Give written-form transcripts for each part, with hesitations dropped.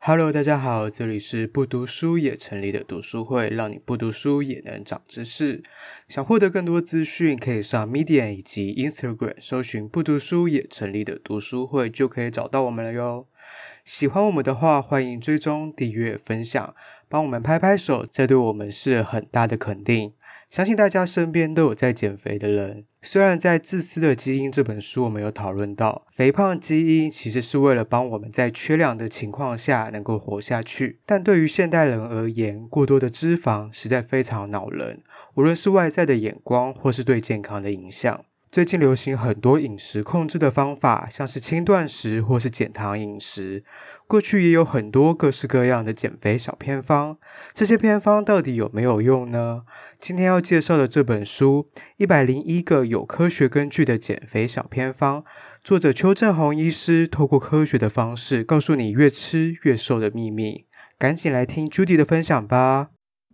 Hello， 大家好，这里是不读书也成立的读书会，让你不读书也能长知识。想获得更多资讯，可以上 Medium 以及 Instagram 搜寻不读书也成立的读书会，就可以找到我们了哟。喜欢我们的话，欢迎追踪、订阅、分享，帮我们拍拍手，这对我们是很大的肯定。相信大家身边都有在减肥的人。虽然在《自私的基因》这本书我们有讨论到，肥胖基因其实是为了帮我们在缺氧的情况下能够活下去，但对于现代人而言，过多的脂肪实在非常恼人，无论是外在的眼光或是对健康的影响。最近流行很多饮食控制的方法，像是轻断食或是减糖饮食。过去也有很多各式各样的减肥小偏方，这些偏方到底有没有用呢？今天要介绍的这本书《101个有科学根据的减肥小偏方》，作者邱正宏医师透过科学的方式告诉你越吃越瘦的秘密。赶紧来听 Judy 的分享吧。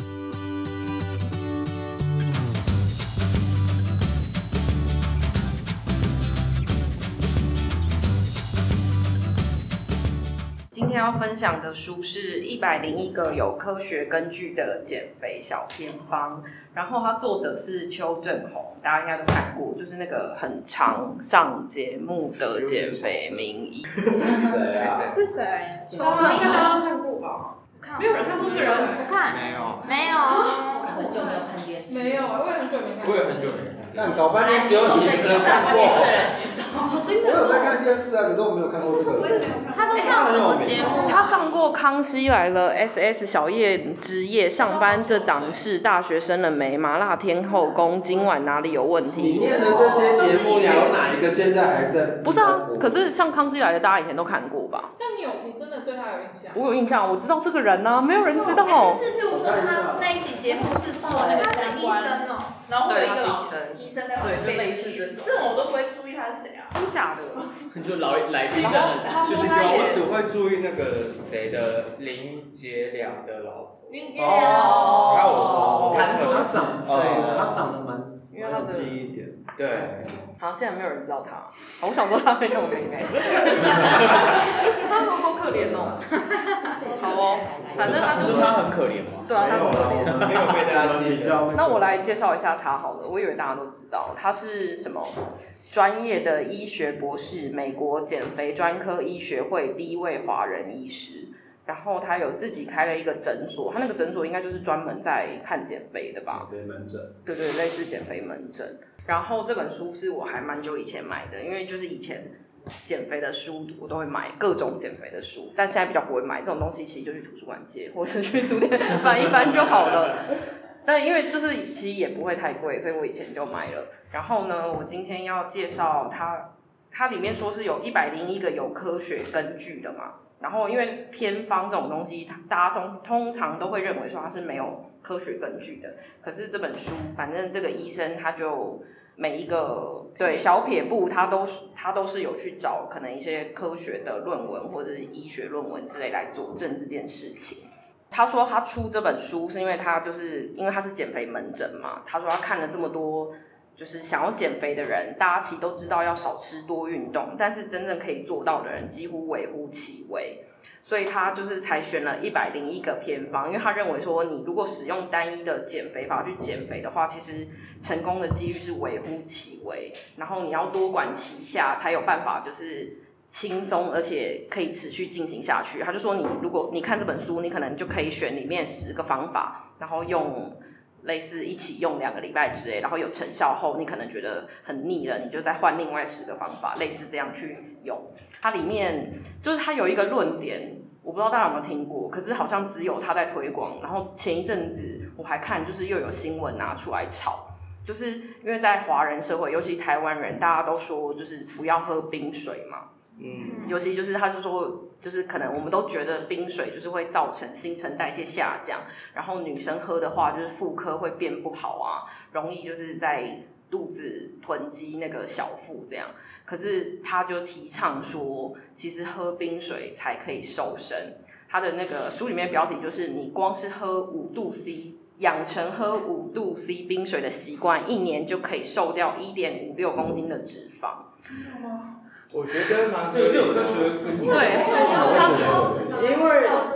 今天要分享的书是101个有科学根据的减肥小偏方，然后它作者是邱正宏，大家应该都看过，就是那个很常上节目的减肥名医。 谁啊？ 是谁？ 邱正宏应该大家都看过吧？没有人看过这个人？ 我看没有， 没有， 我很久没有看电视。 没有，我也很久没看。 我也很久没看。但搞半天只有你一个人看过。我有在看电视啊，可是我没有看过这个人。 他都上什么节目？ 他上过《康熙来了》、SS 小夜之夜、上班这档事、大学生了没、麻辣天后宫、今晚哪里有问题？ 里面的这些节目有哪一个现在还在？ 不是啊，可是像《康熙来了》，大家以前都看过吧？ 但你真的对他有印象？ 我有印象，我知道这个人啊，没有人知道。 是譬如说他那一集节目制作那个相关，然后会有一个医生在旁边， 对，就类似这种。 这种我都不会注意他是谁啊？ 真假的？ 就来宾就是我只会注意那个谁的林杰良的老婆。 林杰良。 谭敦桑， 对，他长得蛮有记忆一点。 对。 好，竟然没有人知道他。我想说他很有名哎。他们好可怜哦。好哦，反正他说他很可怜吗？ 对啊，他很可怜。 没有被大家记得。 那我来介绍一下他好了，我以为大家都知道，他是什么专业的医学博士，美国减肥专科医学会第一位华人医师。然后他有自己开了一个诊所，他那个诊所应该就是专门在看减肥的吧？ 减肥门诊。 对，类似减肥门诊。然后这本书是我还蛮久以前买的，因为就是以前减肥的书我都会买，各种减肥的书，但现在比较不会买这种东西，其实就去图书馆借，或是去书店翻一翻就好了。但因为就是其实也不会太贵，所以我以前就买了。然后呢，我今天要介绍它里面说是有101个有科学根据的嘛。然后因为偏方这种东西，大家通常都会认为说它是没有科学根据的。可是这本书，反正这个医生他就每一个小撇步，他都是有去找可能一些科学的论文或者是医学论文之类来佐证这件事情。他说他出这本书是因为他是减肥门诊嘛，他说他看了这么多。就是想要减肥的人，大家其实都知道要少吃多运动，但是真正可以做到的人几乎微乎其微，所以他就是才选了101个偏方，因为他认为说你如果使用单一的减肥法去减肥的话，其实成功的几率是微乎其微，然后你要多管齐下才有办法就是轻松而且可以持续进行下去。他就说如果你看这本书，你可能就可以选里面10个方法，然后用类似一起用2个礼拜之类，然后有成效后，你可能觉得很腻了，你就再换另外10个方法，类似这样去用。它里面就是它有一个论点，我不知道大家有没有听过，可是好像只有他在推广。然后前一阵子我还看，就是又有新闻拿出来炒，就是因为在华人社会，尤其台湾人，大家都说就是不要喝冰水嘛。尤其就是他就说，就是可能我们都觉得冰水就是会造成新陈代谢下降，然后女生喝的话就是妇科会变不好啊，容易就是在肚子囤积那个小腹这样。可是他就提倡说，其实喝冰水才可以瘦身。他的那个书里面的标题就是你光是喝5度 C， 养成喝5度 C 冰水的习惯，1年就可以瘦掉1.56公斤的脂肪。 真的吗？我觉得蛮这有科学为什么？ 对， 因为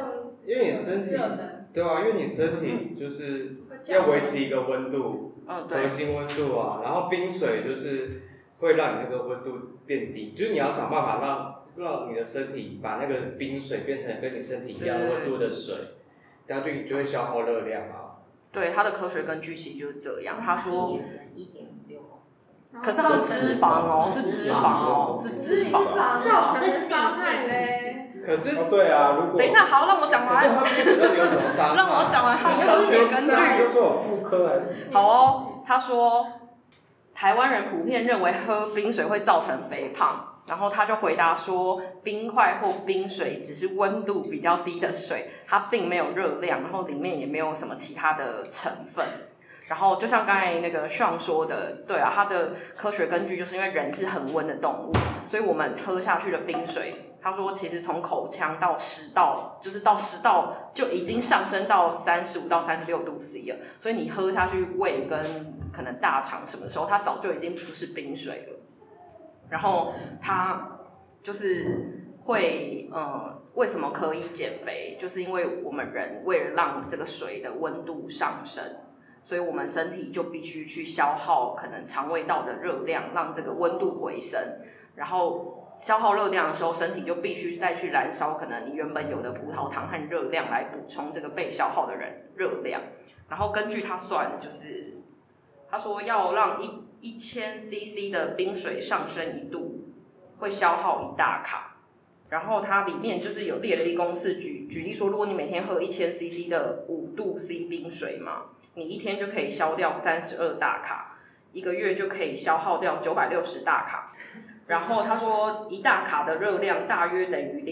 身体，对啊，因为你身体就是要维持一个温度，核心温度啊，然后冰水就是会让你那个温度变低，就是你要想办法让你的身体把那个冰水变成跟你身体一样温度的水，然后就会消耗热量啊。 对，它的科学根据其实就是这样。他说 1.56公斤， 可是它是脂肪哦，是脂肪哦，是脂肪造成的伤害嘞。 可是对啊，如果等一下，好，让我讲完。 可是它冰水到底有什么伤害？ 让我讲完它的科学根据。 就说有妇科还是什么？ 好哦，他说台湾人普遍认为喝冰水会造成肥胖。然后他就回答说，冰块或冰水只是温度比较低的水，它并没有热量，然后里面也没有什么其他的成分。然后就像刚才那个Sean说的，对啊，它的科学根据就是因为人是恒温的动物，所以我们喝下去的冰水，他说其实从口腔到食道，就是到食道就已经上升到35到36度 C 了，所以你喝下去胃跟可能大肠什么时候，它早就已经不是冰水了。然后它就是会为什么可以减肥？就是因为我们人为了让这个水的温度上升，所以我们身体就必须去消耗可能肠胃道的热量，让这个温度回升。然后消耗热量的时候，身体就必须再去燃烧可能你原本有的葡萄糖和热量来补充这个被消耗的热量。然后根据他算，就是他说要让1000 CC 的冰水上升1度，会消耗1大卡。然后它里面就是有列了一公式，举例说，如果你每天喝1000 CC 的5度 C 冰水嘛，你一天就可以消掉32大卡，1个月就可以消耗掉960大卡。然后他说1大卡的热量大约等于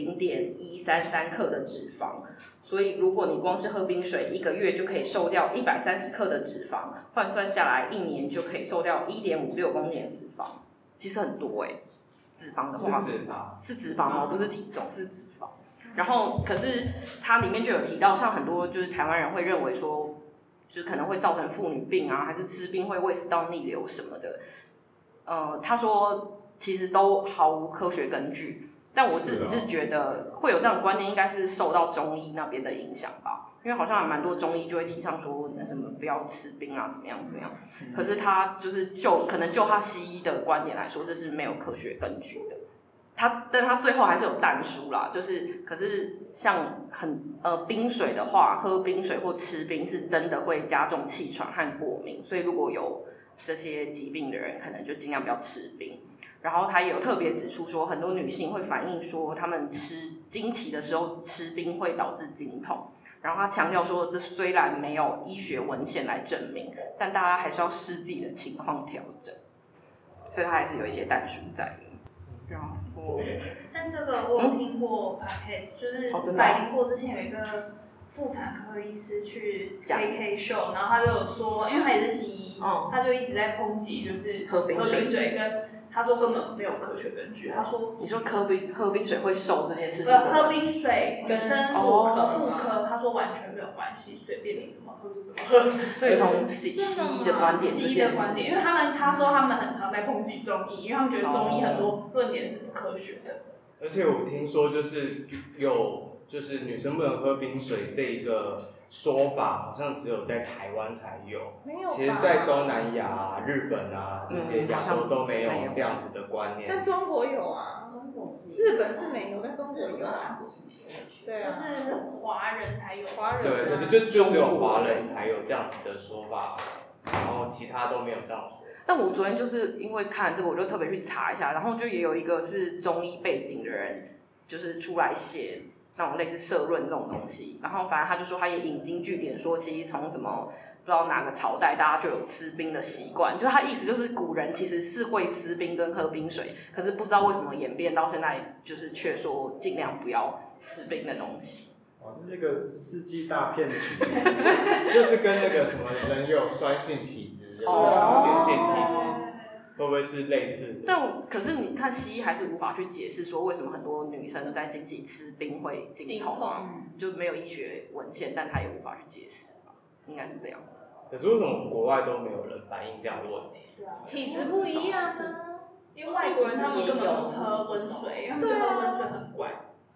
0.133克的脂肪，所以如果你光是喝冰水1个月就可以瘦掉130克的脂肪，换算下来1年就可以瘦掉1.56公斤的脂肪，其实很多脂肪的话是脂肪哦，不是体重，是脂肪。然后可是它里面就有提到，像很多就是台湾人会认为说，就是可能会造成妇女病啊，还是吃冰会胃食道逆流什么的。他说其实都毫无科学根据，但我自己是觉得会有这样的观念，应该是受到中医那边的影响吧，因为好像还蛮多中医就会提倡说那什么不要吃冰啊，怎么样怎么样。可是他就是可能就他西医的观点来说，这是没有科学根据的。但他最后还是有但书啦，就是可是像冰水的话，喝冰水或吃冰是真的会加重气喘和过敏，所以如果有这些疾病的人，可能就尽量不要吃冰。然后他也有特别指出说，很多女性会反映说，她们经期的时候吃冰会导致经痛。然后他强调说，这虽然没有医学文献来证明，但大家还是要视自己的情况调整。所以他还是有一些但书在的。然后， 但这个我有听过 podcast， 就是百灵果之前有一个妇产科医师去 KK show， 然后他就有说，因为他也是西医，他就一直在抨击，就是喝冰水跟他说根本没有科学根据。他说， 你说喝冰水会瘦这件事情？ 喝冰水女生妇科，他说完全没有关系，随便你怎么喝就怎么喝。 所以从西医的观点， 西医的观点，因为他说他们很常在抨击中医，因为他们觉得中医很多论点是不科学的。 而且我听说就是就是女生不能喝冰水这一个说法，好像只有在台湾才有。 没有吧？ 其实，在东南亚啊、日本啊这些亚洲都没有这样子的观念。 但中国有啊，日本是没有，但中国有啊。对啊， 就是华人才有。 对，可是就只有华人才有这样子的说法，然后其他都没有这样说。 但我昨天就是因为看这个，我就特别去查一下，然后就也有一个是中医背景的人，就是出来写那种类似社论这种东西，然后反正他就说他也引经据典说，其实从什么不知道哪个朝代大家就有吃冰的习惯，就是他意思就是古人其实是会吃冰跟喝冰水，可是不知道为什么演变到现在就是却说尽量不要吃冰的东西。 哇，这是一个世纪大骗局， 就是跟那个什么人有酸性体质，有碱性体质，会不会是类似的？ 但可是你看西医还是无法去解释说为什么很多女生在经期吃冰会经痛啊，就没有医学文献，但他也无法去解释吧，应该是这样。 可是为什么国外都没有人反映这样的问题？ 体质不一样啊， 因为外国人他们根本不喝温水，他们觉得喝温水很怪。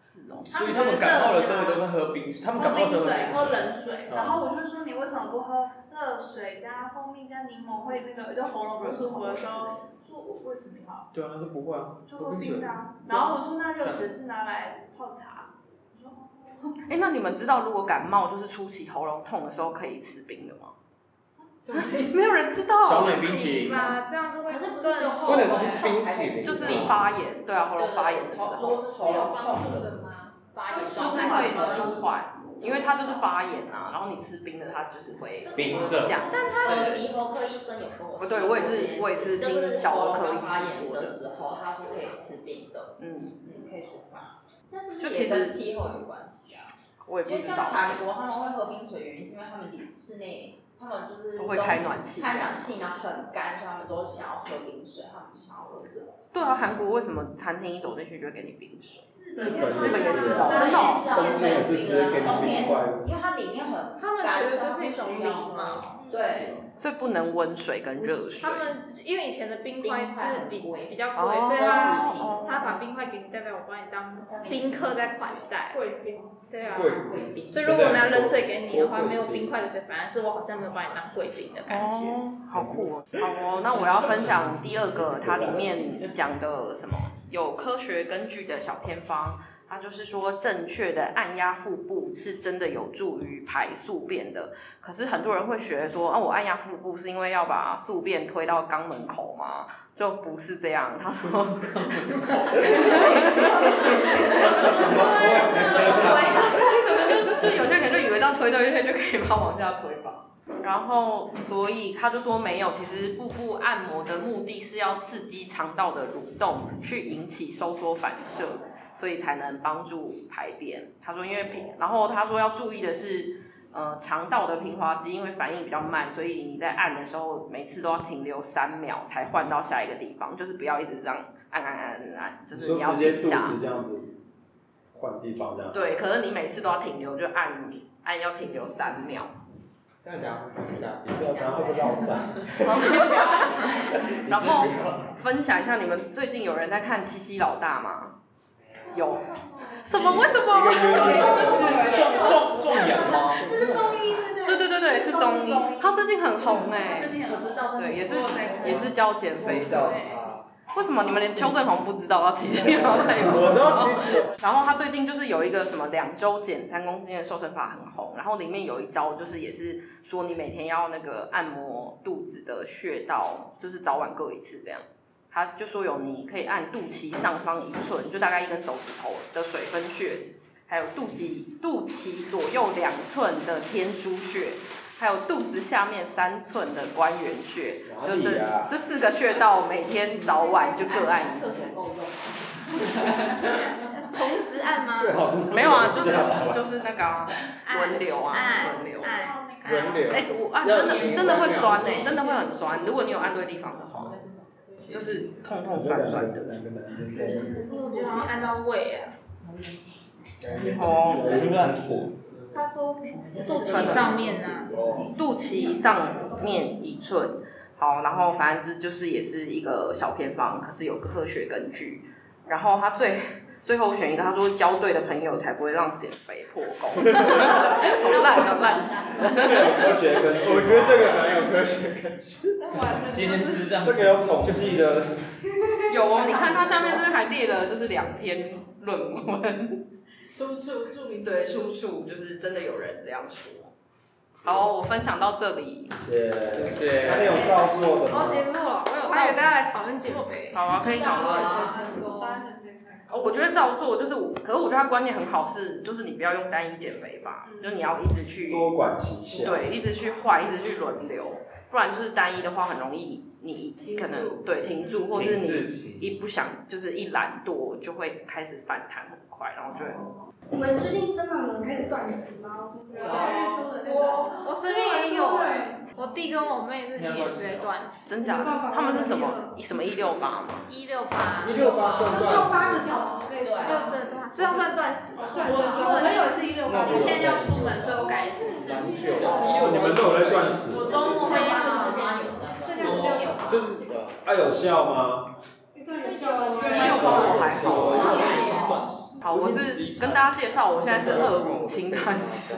是哦。 所以他们感冒的时候都是喝冰水，他们感冒的时候喝冷水，然后我就说你为什么不喝热水加蜂蜜加柠檬会那个就喉咙不舒服的时候，说我为什么要？ 对啊，他说不会啊， 就喝冰的啊。然后我说那热水是拿来泡茶。 哎，那你们知道如果感冒就是初期喉咙痛的时候可以吃冰的吗？没有人知道。 小美冰淇淋吧，这样子会更不能吃冰淇淋， 就是发炎，对啊，喉咙发炎的时候是有帮助的吗？发炎就是可以舒缓，因为它就是发炎啊，然后你吃冰的它就是会冰症。 但他的鼻喉科医生有跟我， 对我也是听小儿科医师说的时候，他说可以吃冰的，可以舒缓。但是就其实气候有关系啊， 我也不知道。 因为像韩国他们会喝冰水，原因是因为他们室内他们就是都会开暖气， 然后很干，所以他们都想要喝冰水，他们不想要喝热。 对啊，韩国为什么餐厅一走进去就会给你冰水？ 日本也是哦，真的哦。 冬天也是直接给你冰块， 因为它里面很， 他们觉得这是一种礼貌。 对， 所以不能温水跟热水。 他们因为以前的冰块是比较贵， 所以他把冰块给你，代表我帮你当宾客在款待。 贵宾。 对啊。 贵宾。 所以如果拿冷水给你的话，没有冰块的水，反而是我好像没有把你当贵宾的感觉。 哦，好酷哦！好哦，那我要分享第二个，它里面讲的什么有科学根据的小偏方。它就是说，正确的按压腹部是真的有助于排宿便的。可是很多人会觉得说，我按压腹部是因为要把宿便推到肛门口吗？就不是这样。他说，肛门口，可能就有些人就以为这样推就可以把它往下推吧。然后，所以他就说没有，其实腹部按摩的目的是要刺激肠道的蠕动，去引起收缩反射。所以才能帮助排便。他说，然后他说要注意的是，肠道的平滑肌因为反应比较慢，所以你在按的时候，每次都要停留3秒才换到下一个地方，就是不要一直这样按，就是你要停下。 直接肚子这样子换地方这样。 对，可是你每次都要停留，就按要停留3秒。 这样讲会去哪边？ 对啊，然后会不会绕散？ 然后分享一下，你们最近有人在看七夕老大吗？有什么？为什么？ 是中奖吗？ 这是综艺， 对，是综艺。他最近很红哎， 我知道， 对，也是教减肥的。为什么你们连邱正宏不知道七夕老大？ 我知道七夕。 然后他最近就是有一个什么2周减3公斤的瘦身法很红，然后里面有一招就是也是说你每天要那个按摩肚子的穴道，就是早晚各1次这样。他就说你可以按肚脐上方1寸，就大概1根手指头的水分穴，还有肚脐左右2寸的天枢穴，还有肚子下面3寸的关元穴，就这4个穴道，每天早晚就各按1次。 同时按吗？ 没有啊，就是那个轮流啊，轮流。 轮流。 我按真的会酸欸，真的会很酸。如果你有按对地方的话。就是痛酸的。 我觉得好像按到胃啊。他说肚脐上面啊， 肚脐上面1寸。好，然后反正就是也是一个小偏方，可是有科学根据。然后他最后选一个，他说交对的朋友才不会让减肥破功。好烂死。 这个有科学根据。 我觉得这个蛮有科学根据。 今天吃这样。 这个有统计的。 有哦，你看它下面这边还列了，就是2篇论文。 出处对，出处就是真的有人这样说。好，我分享到这里。 谢谢。还有照做的吗？ 结束了。我还以为大家来讨论减肥。 好啊，可以讨论。我觉得照做就是可是我觉得它观念很好，就是你不要用单一减肥法，就是你要一直去多管齐下。 对，一直去换，一直去轮流，不然就是单一的话很容易你可能停住，或是你一不想就是一懒惰就会开始反弹很快，然后就会。 你们最近身旁有人开始断食吗？ 我身边也有我弟跟我妹最近也在断食。 真假的？他们是什么168吗 ？168 算断食。8个小时可以。 对，这样算断食。 我今天要出门，所以我改14。 你们都有在断食？ 我周末会 40。就是有效吗？ 168我还好。 好，我是跟大家介绍，我现在是25清断师，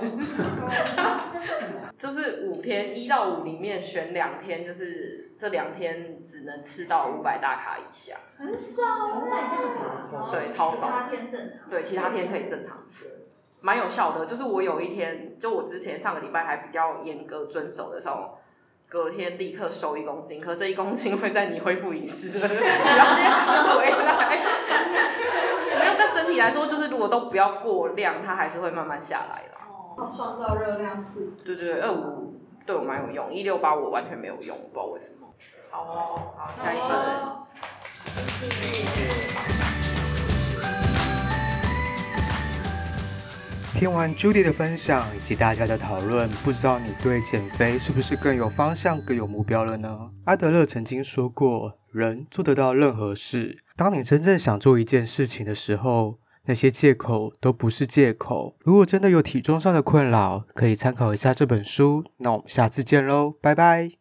就是5天1到5里面选2天，就是这2天只能吃到500大卡以下， 很少500大卡，对，超少， 其他天正常， 对，其他天可以正常吃，蛮有效的。就是我有一天，就我之前上个礼拜还比较严格遵守的时候。隔天立刻瘦1公斤，可这1公斤会在你恢复饮食的其他天回来。没有，但整体来说，就是如果都不要过量，它还是会慢慢下来啦。 要创造热量刺激。 对对，25对我蛮有用，168我完全没有用，我不知道为什么。好哦，好，下一本。 听完 Judy 的分享以及大家的讨论，不知道你对减肥是不是更有方向、更有目标了呢？阿德勒曾经说过，人做得到任何事。当你真正想做一件事情的时候，那些借口都不是借口。如果真的有体重上的困扰，可以参考一下这本书。那我们下次见喽，拜拜。